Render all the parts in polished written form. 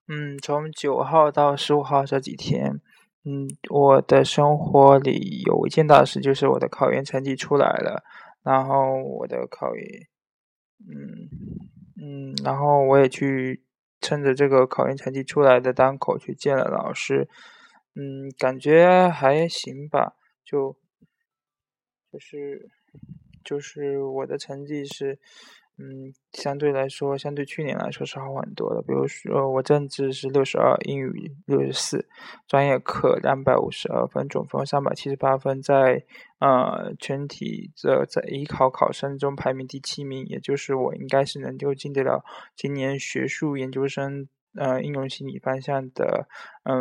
从9号到15号这几天，我的生活里有一件大事，就是我的考研成绩出来了，然后我的考研，嗯然后我也去趁着这个考研成绩出来的当口去见了老师，感觉还行吧，就是就是我的成绩是，相对来说，相对去年来说是好很多的。比如说，我政治是62，英语64，专业课252分，总分378分，全体在艺考考生中排名第7名，也就是我应该是能够进得了今年学术研究生应用心理方向的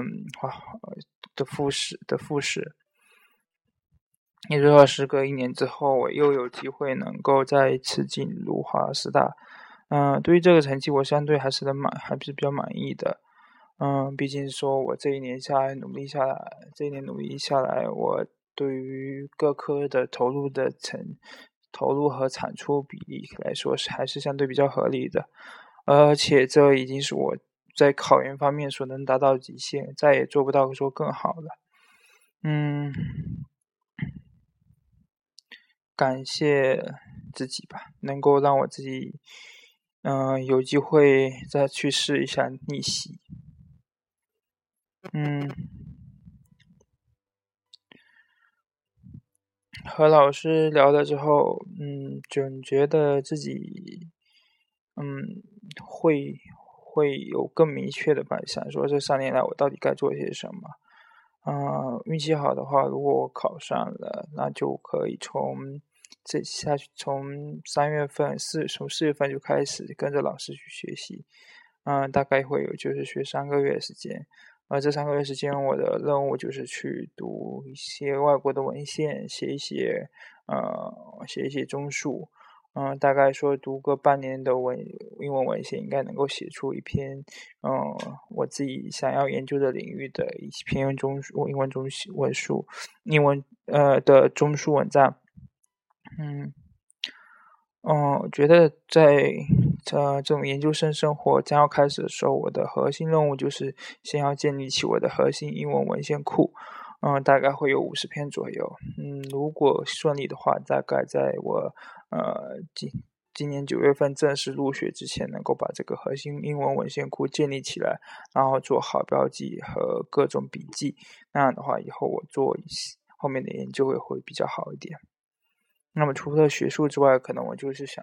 复试。也就是说，时隔1年之后，我又有机会能够再一次进入华师大。对于这个成绩，我相对还是比较满意的。毕竟说我这一年努力下来，我对于各科的投入和产出比例来说还是相对比较合理的，而且这已经是我在考研方面所能达到的极限，再也做不到说更好了。嗯。感谢自己吧，能够让我自己，有机会再去试一下逆袭。嗯，和老师聊了之后，总觉得自己，嗯，会有更明确的方向，说这3年来我到底该做些什么。运气好的话，如果我考上了，那就可以从4月份就开始跟着老师去学习。大概会有就是学3个月时间。这3个月时间，我的任务就是去读一些外国的文献，写一些综述。大概说读个半年的英文文献，应该能够写出一篇，我自己想要研究的领域的一篇英文的综述文章。嗯。我觉得在这种研究生生活将要开始的时候，我的核心任务就是先要建立起我的核心英文文献库，大概会有50篇左右。如果顺利的话，大概在我今年9月份正式入学之前，能够把这个核心英文文献库建立起来，然后做好标记和各种笔记。那样的话，以后我做后面的研究会比较好一点。那么除了学术之外，可能我就是想，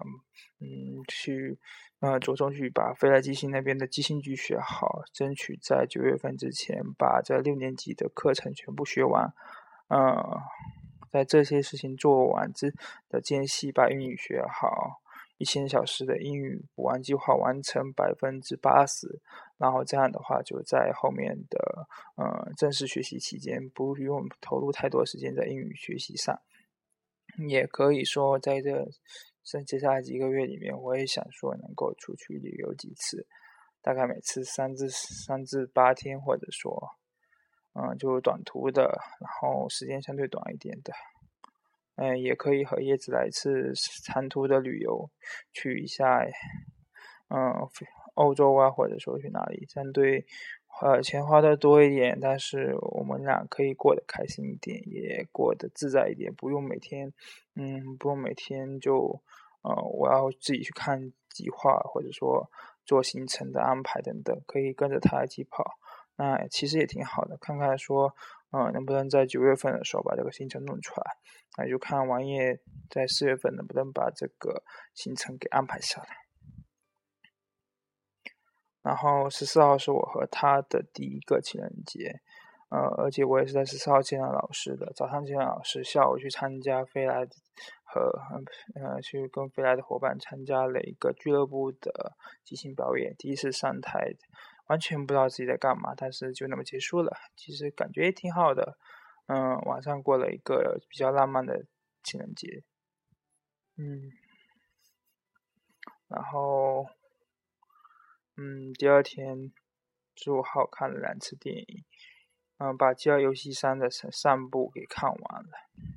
着重去把飞来即兴那边的即兴剧学好，争取在9月份之前把这6年级的课程全部学完。在这些事情做完的间隙，把英语学好，1000小时的英语补完计划完成80%，然后这样的话，就在后面的正式学习期间，不用投入太多时间在英语学习上。也可以说，在接下来几个月里面，我也想说能够出去旅游几次，大概每次3至8天，或者说，就短途的，然后时间相对短一点的。也可以和叶子来一次长途的旅游，去一下，欧洲啊，或者说去哪里，相对，钱花的多一点，但是我们俩可以过得开心一点，也过得自在一点，不用每天就，我要自己去看计划，或者说做行程的安排等等，可以跟着他一起跑，那其实也挺好的，看看说，能不能在9月份的时候把这个行程弄出来，那就看王爷在4月份能不能把这个行程给安排下来。然后14号是我和他的第一个情人节，而且我也是在14号见了老师的，早上见了老师，下午去参加去跟飞来的伙伴参加了一个俱乐部的即兴表演，第一次上台，完全不知道自己在干嘛，但是就那么结束了，其实感觉也挺好的，晚上过了一个比较浪漫的情人节，然后。第二天15号看了2次电影，把《饥饿游戏3》的上部给看完了。